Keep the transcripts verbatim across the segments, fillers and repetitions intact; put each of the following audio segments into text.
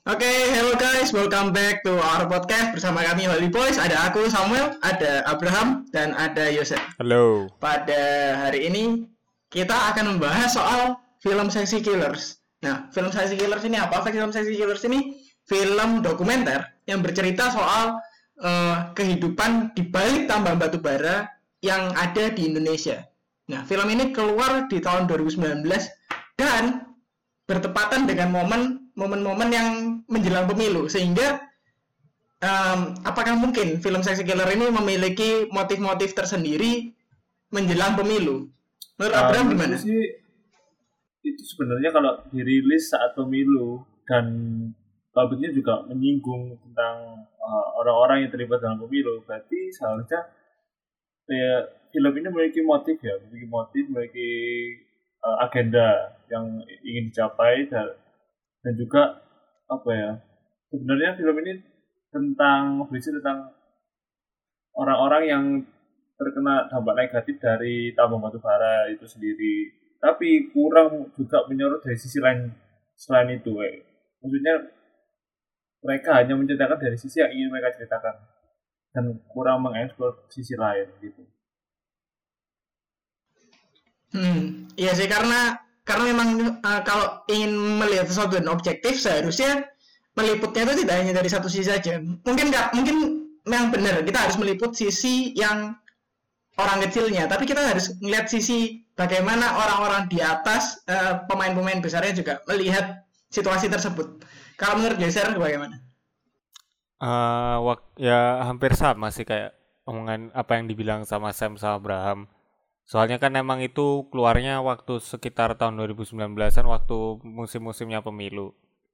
Oke, hello guys, welcome back to our podcast bersama kami Holy Boys. Ada aku Samuel, ada Abraham, dan ada Yosef. Halo. Pada hari ini kita akan membahas soal film Sexy Killers. Nah, film Sexy Killers ini apa? Film Sexy Killers ini film dokumenter yang bercerita soal uh, kehidupan di balik tambang batu bara yang ada di Indonesia. Nah, film ini keluar di tahun dua ribu sembilan belas dan bertepatan dengan momen momen-momen yang menjelang pemilu, sehingga um, apakah mungkin film Sexy Killer ini memiliki motif-motif tersendiri menjelang pemilu? Menurut Uh, Abraham menurutku gimana? sih itu sebenarnya kalau dirilis saat pemilu dan topiknya juga menyinggung tentang uh, orang-orang yang terlibat dalam pemilu, berarti seharusnya ya, film ini memiliki motif ya, memiliki motif, memiliki uh, agenda yang ingin dicapai dan, dan juga apa ya, sebenarnya film ini tentang berisi tentang orang-orang yang terkena dampak negatif dari tambang batu bara itu sendiri, tapi kurang juga menyorot dari sisi lain selain itu. Eh. Maksudnya mereka hanya menceritakan dari sisi yang ingin mereka ceritakan dan kurang mengeksplor sisi lain gitu. Hmm, iya sih, karena karena memang uh, kalau ingin melihat sesuatu dan objektif seharusnya meliputnya itu tidak hanya dari satu sisi saja. Mungkin nggak, mungkin yang benar kita harus meliput sisi yang orang kecilnya, tapi kita harus melihat sisi bagaimana orang-orang di atas, uh, pemain-pemain besarnya juga melihat situasi tersebut. Kalau menurut Jaser bagaimana? Uh, wak- ya hampir sama sih kayak omongan apa yang dibilang sama Sam sama Abraham. Soalnya kan emang itu keluarnya waktu sekitar tahun dua ribu sembilan belasan waktu musim-musimnya pemilu.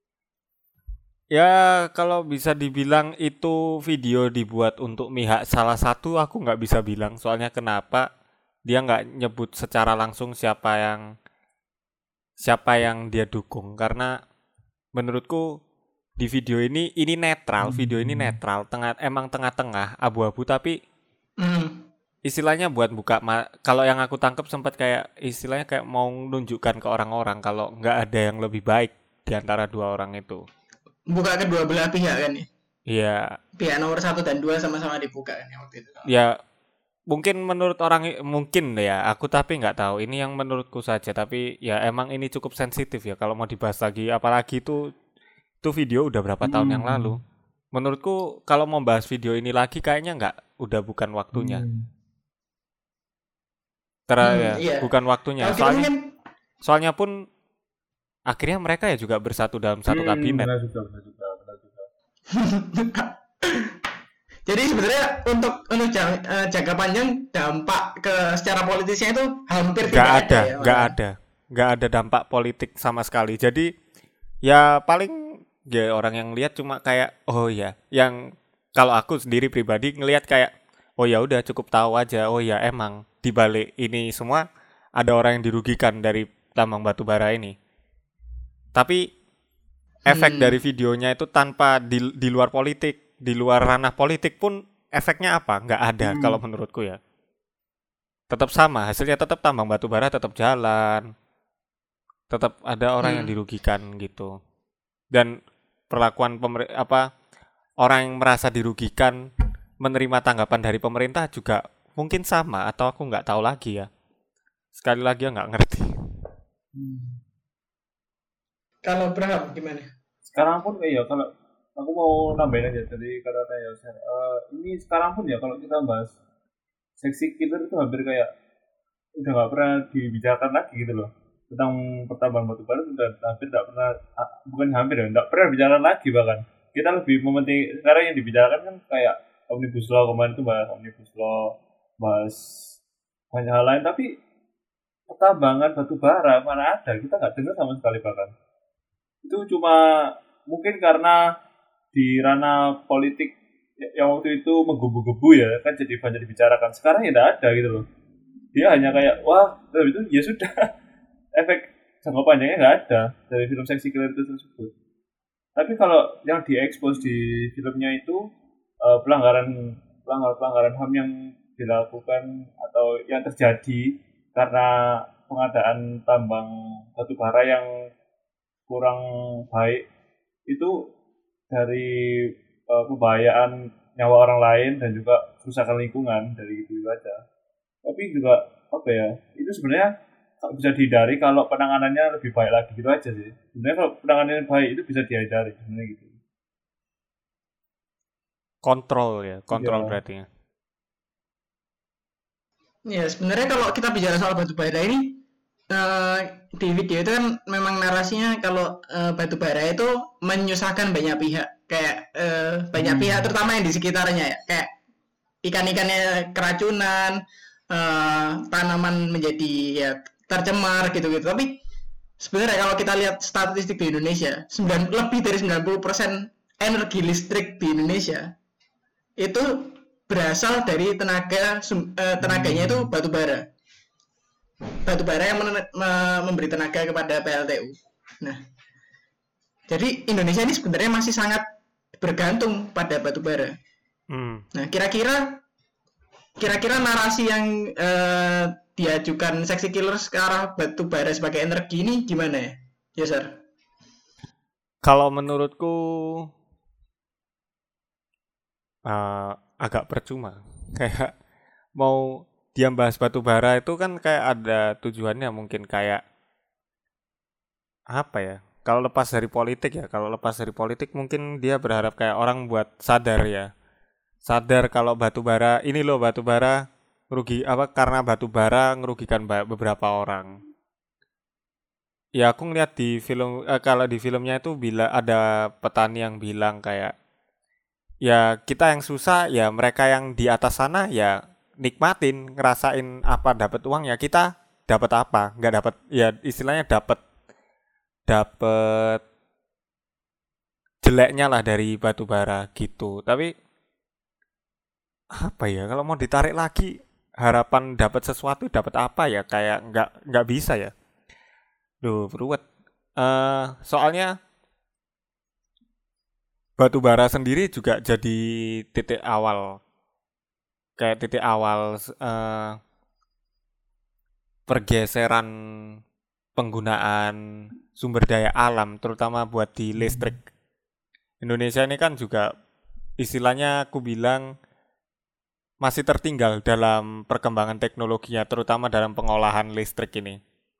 Ya kalau bisa dibilang itu video dibuat untuk mihak salah satu, aku nggak bisa bilang. Soalnya kenapa? Dia nggak nyebut secara langsung siapa yang siapa yang dia dukung. Karena menurutku di video ini ini netral, video ini netral, tengah emang tengah-tengah abu-abu, tapi Hmm. istilahnya buat buka ma- kalau yang aku tangkap sempat kayak istilahnya kayak mau nunjukkan ke orang-orang kalau nggak ada yang lebih baik di antara dua orang itu. Buka kedua belah pihak kan ya? Iya, Pihak nomor satu dan dua sama-sama dibuka kan ya waktu itu. ya mungkin menurut orang i- mungkin ya, aku tapi nggak tahu. Ini yang menurutku saja, tapi ya emang ini cukup sensitif ya kalau mau dibahas lagi, apalagi itu itu video udah berapa tahun yang lalu. Menurutku kalau mau bahas video ini lagi kayaknya nggak, udah bukan waktunya. Hmm. Ter Hmm, ya, iya. bukan waktunya. Kalau kita Soalnya mungkin soalnya pun akhirnya mereka ya juga bersatu dalam satu Hmm, kabinet. benar juga, benar juga, benar juga. jadi sebenarnya untuk untuk jang- eh, jangka panjang dampak ke secara politisnya itu hampir Nggak tidak ada, ya, nggak malah. ada, nggak ada dampak politik sama sekali. Jadi ya paling ya orang yang lihat cuma kayak oh ya, yang kalau aku sendiri pribadi ngelihat kayak oh ya udah cukup tahu aja. Oh ya emang di balik ini semua ada orang yang dirugikan dari tambang batu bara ini. Tapi efek Hmm. dari videonya itu tanpa di, di luar politik, di luar ranah politik pun efeknya apa? Nggak ada Hmm. kalau menurutku ya. Tetap sama, hasilnya tetap tambang batu bara tetap jalan, tetap ada orang yang Hmm. dirugikan gitu. Dan perlakuan pemer apa orang yang merasa dirugikan menerima tanggapan dari pemerintah juga mungkin sama atau aku nggak tahu lagi ya. Sekali lagi ya nggak ngerti. Hmm. Kalau Abraham gimana? Sekarang pun kayak ya kalau aku mau nambahin aja tadi kata-kata ya Sher. Eh, ini sekarang pun ya kalau kita bahas Sexy Killer itu hampir kayak udah nggak pernah dibicarakan lagi gitu loh, tentang pertambangan batu bara sudah hampir nggak pernah, ah, bukan hampir ya nggak pernah dibicarakan lagi. Bahkan kita lebih mementing sekarang yang dibicarakan kan kayak omnibus law, kemarin itu bahas omnibus law, bahas banyak hal lain, tapi pertambangan batu bara mana ada, kita nggak dengar sama sekali. Bahkan itu cuma mungkin karena di ranah politik yang waktu itu menggebu-gebu ya kan, jadi banyak dibicarakan. Sekarang ya tidak ada gitu loh, dia hanya kayak wah itu ya sudah. Efek jangka panjangnya nggak ada dari film Sexy Killer itu tersebut. Tapi kalau yang diekspos di filmnya itu uh, pelanggaran pelanggaran pelanggaran H A M yang dilakukan atau yang terjadi karena pengadaan tambang batu bara yang kurang baik, itu dari uh, pembahayaan nyawa orang lain dan juga kerusakan lingkungan dari itu aja. Tapi juga apa ya? Itu sebenarnya bisa dihindari kalau penanganannya lebih baik lagi gitu aja sih. Sebenarnya kalau penanganannya baik itu bisa dihindari sebenarnya gitu. Kontrol ya, kontrol Ya. berarti ya. Ya sebenarnya kalau kita bicara soal batu bara ini uh, di video itu kan memang narasinya kalau uh, batu bara itu menyusahkan banyak pihak, kayak uh, banyak Hmm. pihak terutama yang di sekitarnya ya, kayak ikan-ikannya keracunan, uh, tanaman menjadi ya tercemar gitu-gitu. Tapi sebenarnya kalau kita lihat statistik di Indonesia, sembilan lebih dari sembilan puluh persen energi listrik di Indonesia itu berasal dari tenaga sum- eh, tenaganya itu batu bara. Batu bara yang men- me- memberi tenaga kepada P L T U. Nah, jadi Indonesia ini sebenarnya masih sangat bergantung pada batu bara. Hmm. Nah, kira-kira kira-kira narasi yang eh, diajukan Sexy Killers ke arah batu bara sebagai energi ini gimana ya? Ya, Sir. Kalau menurutku uh, agak percuma. Kayak mau dia bahas batu bara itu kan kayak ada tujuannya, mungkin kayak apa ya? Kalau lepas dari politik ya, kalau lepas dari politik mungkin dia berharap kayak orang buat sadar ya. Sadar kalau batu bara ini loh, batu bara rugi apa karena batu bara ngerugikan ba- beberapa orang. Ya aku ngeliat di film eh, kalau di filmnya itu bila ada petani yang bilang kayak ya kita yang susah, ya mereka yang di atas sana ya nikmatin, ngerasain apa dapat uang, ya kita dapat apa? Nggak dapat, ya istilahnya dapat dapat jeleknya lah dari batu bara gitu. Tapi apa ya, kalau mau ditarik lagi harapan dapat sesuatu, dapat apa ya, kayak nggak nggak bisa ya. Duh, beruwet. Eh, soalnya batu bara sendiri juga jadi titik awal, kayak titik awal uh, pergeseran penggunaan sumber daya alam, terutama buat di listrik. Indonesia ini kan juga istilahnya aku bilang masih tertinggal dalam perkembangan teknologinya, terutama dalam pengolahan listrik ini.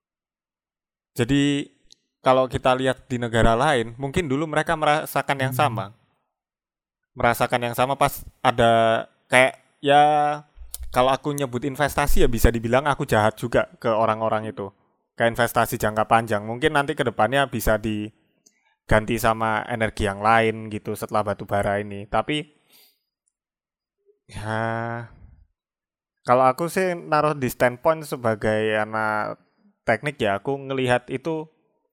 Jadi kalau kita lihat di negara lain, mungkin dulu mereka merasakan yang sama. Merasakan yang sama pas ada kayak ya kalau aku nyebut investasi ya bisa dibilang aku jahat juga ke orang-orang itu. Kayak investasi jangka panjang. Mungkin nanti ke depannya bisa diganti sama energi yang lain gitu setelah batu bara ini. Tapi ya kalau aku sih naruh di standpoint sebagai anak teknik ya, aku ngelihat itu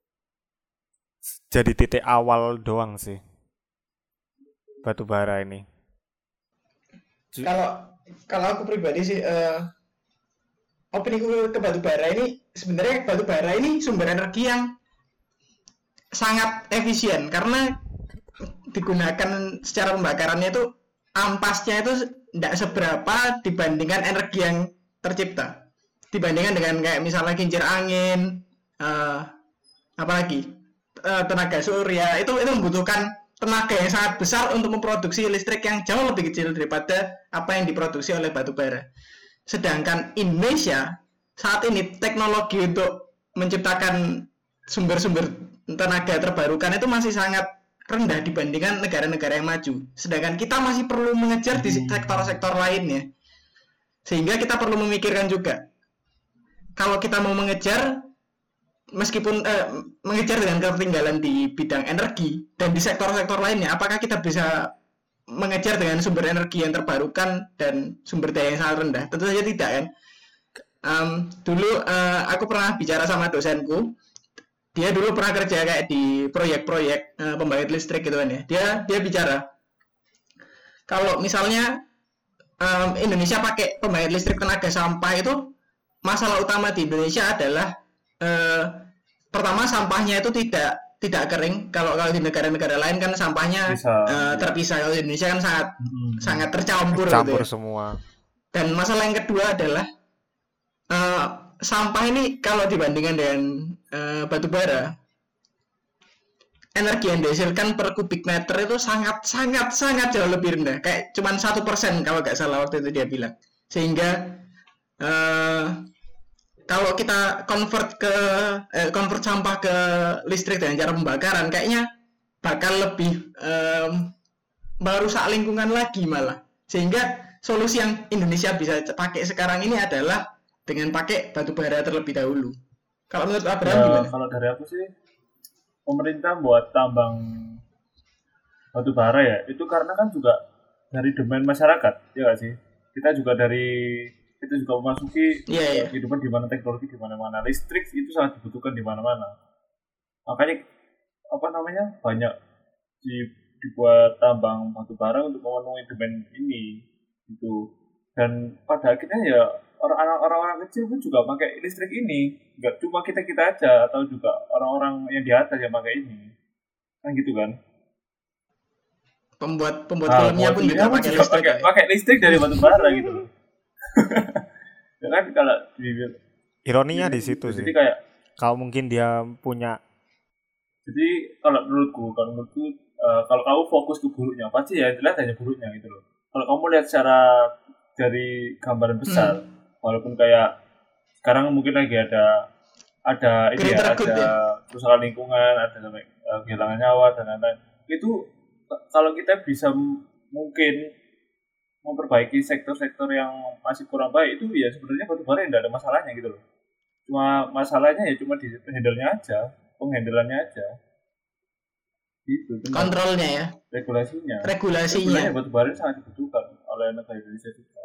jadi titik awal doang sih batu bara ini. Kalau kalau aku pribadi sih uh, opini ku ke batu bara ini, sebenarnya batu bara ini sumber energi yang sangat efisien karena digunakan secara pembakarannya itu ampasnya itu tidak seberapa dibandingkan energi yang tercipta, dibandingkan dengan kayak misalnya kincir angin, uh, apalagi uh, tenaga surya, itu itu membutuhkan tenaga yang sangat besar untuk memproduksi listrik yang jauh lebih kecil daripada apa yang diproduksi oleh batu bara. Sedangkan Indonesia saat ini teknologi untuk menciptakan sumber-sumber tenaga terbarukan itu masih sangat rendah dibandingkan negara-negara yang maju. Sedangkan kita masih perlu mengejar di sektor-sektor lainnya. Sehingga kita perlu memikirkan juga, kalau kita mau mengejar meskipun eh, mengejar dengan ketertinggalan di bidang energi dan di sektor-sektor lainnya, apakah kita bisa mengejar dengan sumber energi yang terbarukan dan sumber daya yang sangat rendah? Tentu saja tidak kan. Um, dulu uh, aku pernah bicara sama dosenku, dia dulu pernah kerja kayak di proyek-proyek uh, pembangkit listrik gitu kan ya. Dia dia bicara kalau misalnya um, Indonesia pakai pembangkit listrik tenaga sampah itu, masalah utama di Indonesia adalah uh, pertama sampahnya itu tidak tidak kering. Kalau kalau di negara-negara lain kan sampahnya Bisa, uh, terpisah. Kalau di Indonesia kan sangat Hmm. sangat tercampur, Campur gitu ya. semua. Dan masalah yang kedua adalah uh, sampah ini kalau dibandingkan dengan uh, batu bara, energi yang dihasilkan per kubik meter itu sangat sangat sangat jauh lebih rendah, kayak cuman satu persen kalau nggak salah waktu itu dia bilang. Sehingga eh, kalau kita convert ke eh, convert sampah ke listrik dengan cara pembakaran, kayaknya bakal lebih em, merusak lingkungan lagi malah. Sehingga solusi yang Indonesia bisa pakai sekarang ini adalah dengan pakai batu bara terlebih dahulu. Kalau menurut Abraham Ya, gimana? kalau dari aku sih pemerintah buat tambang batu bara ya itu karena kan juga dari demand masyarakat, ya nggak sih? Kita juga dari kita juga memasuki Iya, iya. kehidupan di mana teknologi di mana-mana, listrik itu sangat dibutuhkan di mana-mana. Makanya apa namanya banyak di, dibuat tambang batu bara untuk memenuhi demand ini gitu. Dan pada akhirnya ya orang- orang-orang kecil pun juga pakai listrik ini, nggak cuma kita kita aja atau juga orang-orang yang di atas yang pakai ini, kan gitu kan? Pembuat pembuat Nah, filmnya buat pun filmnya juga pun pakai juga listrik pakai ya. pakai listrik dari batu bara gitu loh. Ya kan kalau di Ironinya di jadi situ jadi sih. kayak Kalau mungkin dia punya jadi kalau menurutku kalau menurutku eh, kalau kamu fokus ke buruknya pasti ya dilihat hanya buruknya gitu loh. Kalau kamu lihat secara dari gambaran besar, Hmm. walaupun kayak sekarang mungkin lagi ada ada ini ya Greater good ada ya. kerusakan lingkungan, ada sampai eh, kehilangan nyawa dan lain-lain. Itu k- kalau kita bisa m- mungkin memperbaiki sektor-sektor yang masih kurang baik itu ya sebenarnya batu bara tidak ada masalahnya gitu loh. Cuma masalahnya ya cuma di handle-nya aja, penghandelannya aja. Gitu, benar. Kontrolnya ya. Regulasinya. Regulasinya. Sebenarnya batu bara sangat dibutuhkan oleh negara Indonesia juga.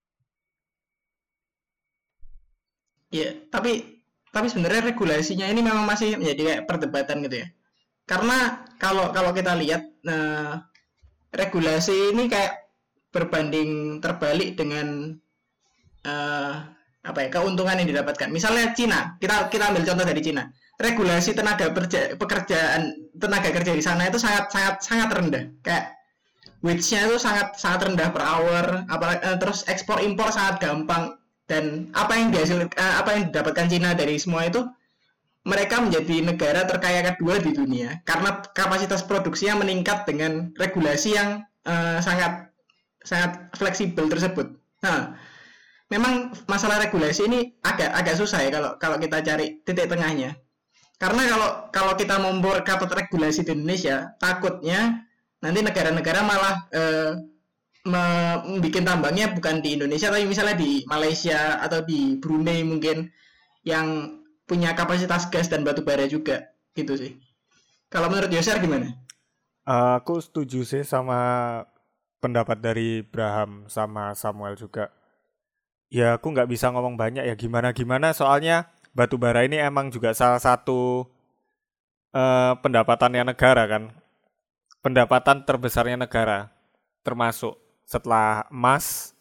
Iya, tapi tapi sebenarnya regulasinya ini memang masih menjadi kayak perdebatan gitu ya. Karena kalau kalau kita lihat nah, regulasi ini kayak berbanding terbalik dengan eh, apa ya keuntungan yang didapatkan. Misalnya Cina, kita kita ambil contoh dari Cina. Regulasi tenaga kerja, pekerjaan tenaga kerja di sana itu sangat sangat sangat rendah. Kayak wage-nya itu sangat sangat rendah per hour, apalagi eh, terus ekspor impor sangat gampang, dan apa yang dihasil eh, apa yang didapatkan Cina dari semua itu, mereka menjadi negara terkaya kedua di dunia karena kapasitas produksinya meningkat dengan regulasi yang eh, sangat sangat fleksibel tersebut. Nah, memang masalah regulasi ini agak agak susah ya kalau kalau kita cari titik tengahnya. Karena kalau kalau kita memperketat regulasi di Indonesia, takutnya nanti negara-negara malah eh, membuat tambangnya bukan di Indonesia tapi misalnya di Malaysia atau di Brunei mungkin, yang punya kapasitas gas dan batu bara juga gitu sih. Kalau menurut Yoser gimana? eh, aku setuju sih sama pendapat dari Braham sama Samuel juga. Ya aku nggak bisa ngomong banyak ya gimana-gimana soalnya batu bara ini emang juga salah satu eh, pendapatannya negara kan. Pendapatan terbesarnya negara termasuk setelah emas.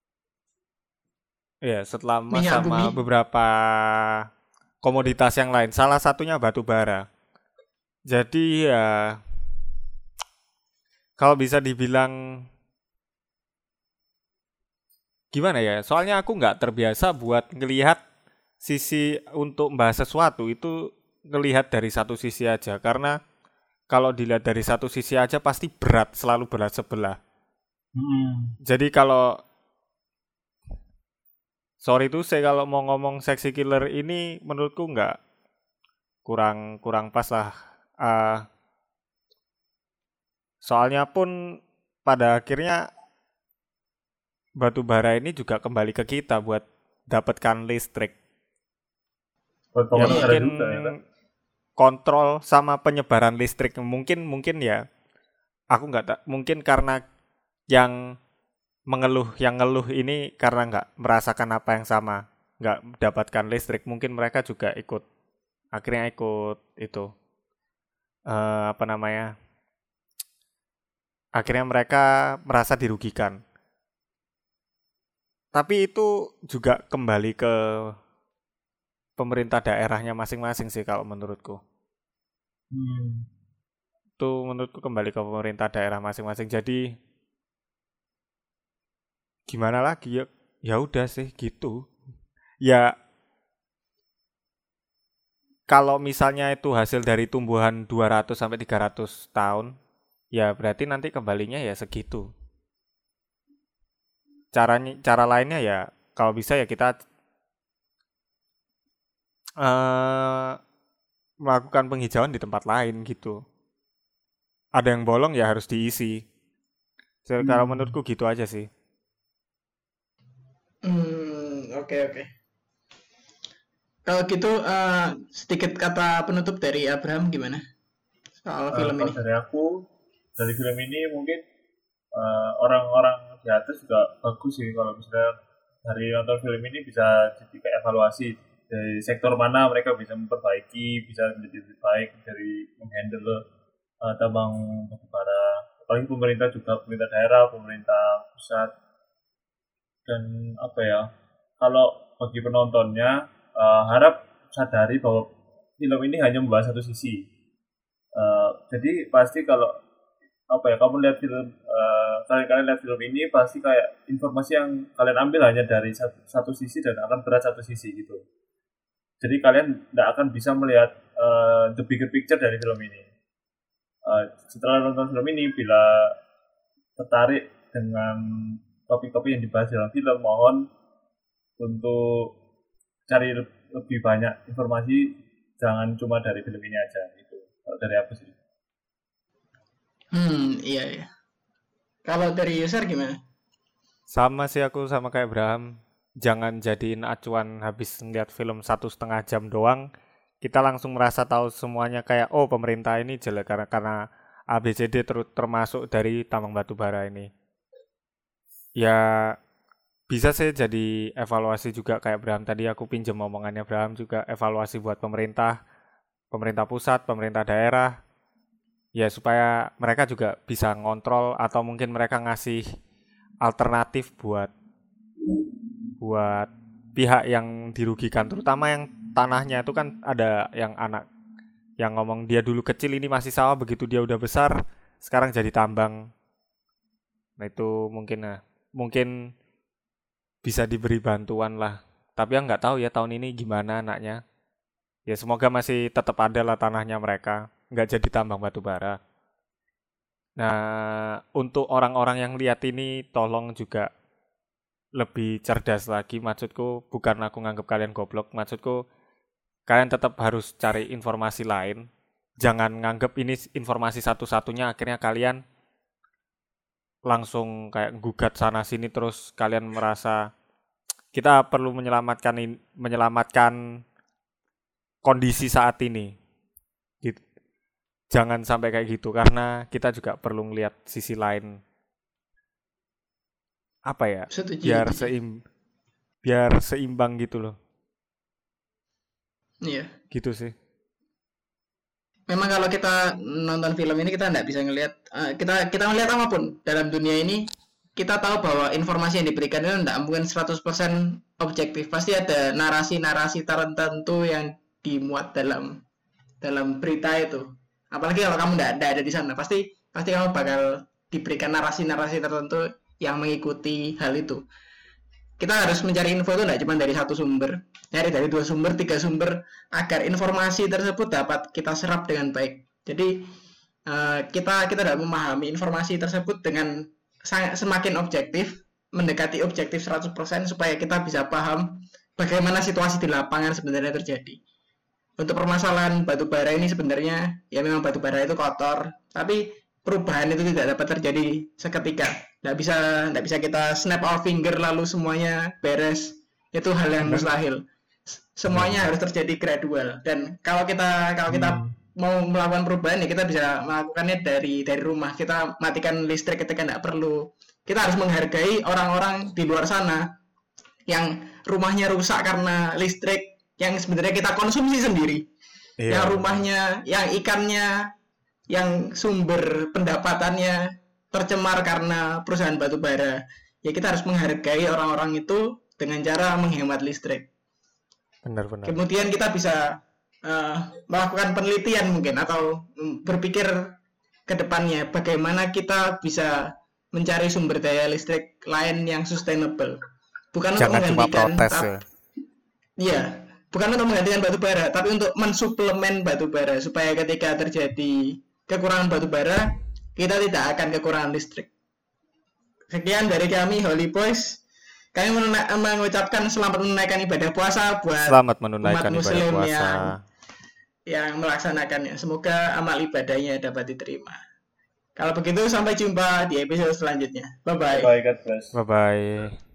Ya, setelah emas Minyak bumi. sama beberapa komoditas yang lain. Salah satunya batu bara. Jadi ya kalau bisa dibilang gimana ya? Soalnya aku nggak terbiasa buat ngelihat sisi untuk membahas sesuatu itu ngelihat dari satu sisi aja. Karena kalau dilihat dari satu sisi aja pasti berat, selalu berat sebelah. Hmm. Jadi kalau sorry tuh saya kalau mau ngomong sexy killer ini menurutku nggak kurang kurang pas lah. Uh, soalnya pun pada akhirnya batu bara ini juga kembali ke kita buat dapatkan listrik. Buat Ya pengeluaran mungkin juga ya kan. kontrol sama penyebaran listrik mungkin mungkin ya. Aku nggak tak mungkin karena yang mengeluh yang ngeluh ini karena nggak merasakan apa yang sama, nggak mendapatkan listrik, mungkin mereka juga ikut akhirnya ikut itu uh, apa namanya akhirnya mereka merasa dirugikan. Tapi itu juga kembali ke pemerintah daerahnya masing-masing sih kalau menurutku. Hmm. Itu menurutku kembali ke pemerintah daerah masing-masing. Jadi gimana lagi ya? Ya udah sih gitu. Ya kalau misalnya itu hasil dari tumbuhan dua ratus sampai tiga ratus tahun, ya berarti nanti kembalinya ya segitu. Caranya, cara lainnya ya kalau bisa ya kita uh, melakukan penghijauan di tempat lain gitu. Ada yang bolong ya harus diisi. So, hmm. Kalau menurutku gitu aja sih. Hmm, oke okay, oke. Okay. Kalau gitu uh, sedikit kata penutup dari Abraham gimana soal uh, film ini? Dari aku, dari film ini mungkin uh, orang-orang di atas juga bagus sih kalau misalnya dari nonton film ini bisa jadi kayak evaluasi dari sektor mana mereka bisa memperbaiki, bisa menjadi lebih baik dari menghandle uh, tambang batubara. Apalagi pemerintah juga, pemerintah daerah, pemerintah pusat. Dan apa ya, kalau bagi penontonnya uh, harap sadari bahwa film ini hanya membahas satu sisi. Uh, jadi pasti kalau apa ya, kamu lihat film, uh, kalian-kalian lihat film ini pasti kayak informasi yang kalian ambil hanya dari satu, satu sisi dan akan berat satu sisi gitu. Jadi kalian tidak akan bisa melihat uh, the bigger picture dari film ini. Uh, setelah nonton film ini, bila tertarik dengan topik-topik yang dibahas dalam film, mohon untuk cari lebih banyak informasi, jangan cuma dari film ini aja gitu. Kalau dari aku sih. Hmm, iya ya. Kalau dari user gimana? Sama sih aku sama kayak Abraham. Jangan jadiin acuan habis ngeliat film satu setengah jam doang, kita langsung merasa tahu semuanya kayak oh pemerintah ini jelek karena karena A B C D ter- termasuk dari tambang batu bara ini. Ya bisa sih jadi evaluasi juga kayak Abraham tadi, aku pinjam omongannya Abraham juga, evaluasi buat pemerintah, pemerintah pusat, pemerintah daerah. Ya supaya mereka juga bisa ngontrol atau mungkin mereka ngasih alternatif buat buat pihak yang dirugikan, terutama yang tanahnya itu kan ada yang anak yang ngomong dia dulu kecil ini masih sawah, begitu dia udah besar sekarang jadi tambang. Nah itu mungkin nah, mungkin bisa diberi bantuan lah. Tapi yang nggak tahu ya tahun ini gimana anaknya. Ya semoga masih tetap ada lah tanahnya mereka, nggak jadi tambang batu bara. Nah untuk orang-orang yang lihat ini tolong juga lebih cerdas lagi, maksudku bukan aku nganggap kalian goblok, maksudku kalian tetap harus cari informasi lain. Jangan nganggap ini informasi satu-satunya, akhirnya kalian langsung kayak gugat sana sini terus kalian merasa kita perlu menyelamatkan in, menyelamatkan kondisi saat ini. Gitu. Jangan sampai kayak gitu karena kita juga perlu ngelihat sisi lain. Apa ya? Setuju, biar setuju. seim biar seimbang gitu loh. Iya. Gitu sih. Memang kalau kita nonton film ini kita nggak bisa ngelihat uh, kita kita ngelihat apapun dalam dunia ini, kita tahu bahwa informasi yang diberikan itu nggak mungkin seratus persen objektif. Pasti ada narasi-narasi tertentu yang dimuat dalam dalam berita itu. Apalagi kalau kamu nggak ada di sana, pasti pasti kamu bakal diberikan narasi-narasi tertentu yang mengikuti hal itu. Kita harus mencari info itu tidak cuma dari satu sumber, dari dari dua sumber, tiga sumber, agar informasi tersebut dapat kita serap dengan baik. Jadi uh, kita kita dapat memahami informasi tersebut dengan sangat semakin objektif, mendekati objektif seratus persen supaya kita bisa paham bagaimana situasi di lapangan sebenarnya terjadi. Untuk permasalahan batu bara ini sebenarnya ya memang batu bara itu kotor, tapi perubahan itu tidak dapat terjadi seketika. Nggak bisa, nggak bisa kita snap our finger lalu semuanya beres. Itu hal yang mustahil. Semuanya harus terjadi gradual. Dan kalau kita kalau kita hmm. mau melakukan perubahan ya kita bisa melakukannya dari dari rumah. Kita matikan listrik ketika nggak perlu. Kita harus menghargai orang-orang di luar sana yang rumahnya rusak karena listrik yang sebenarnya kita konsumsi sendiri. Yeah. Yang rumahnya, yang ikannya, yang sumber pendapatannya tercemar karena perusahaan batu bara. Ya kita harus menghargai orang-orang itu dengan cara menghemat listrik. Benar-benar. Kemudian kita bisa uh, melakukan penelitian mungkin atau berpikir ke depannya bagaimana kita bisa mencari sumber daya listrik lain yang sustainable. Bukan Jangan untuk cuma menggantikan protes tapi, ya. Iya, bukan untuk menggantikan batu bara, tapi untuk mensuplemen batu bara supaya ketika terjadi kekurangan batu bara, kita tidak akan kekurangan listrik. Sekian dari kami Holy Boys. Kami menuna- mengucapkan selamat menunaikan ibadah puasa buat Selamat menunaikan umat ibadah muslim puasa. yang yang melaksanakannya. Semoga amal ibadahnya dapat diterima. Kalau begitu sampai jumpa di episode selanjutnya. Bye bye. Bye, God bless. Bye bye.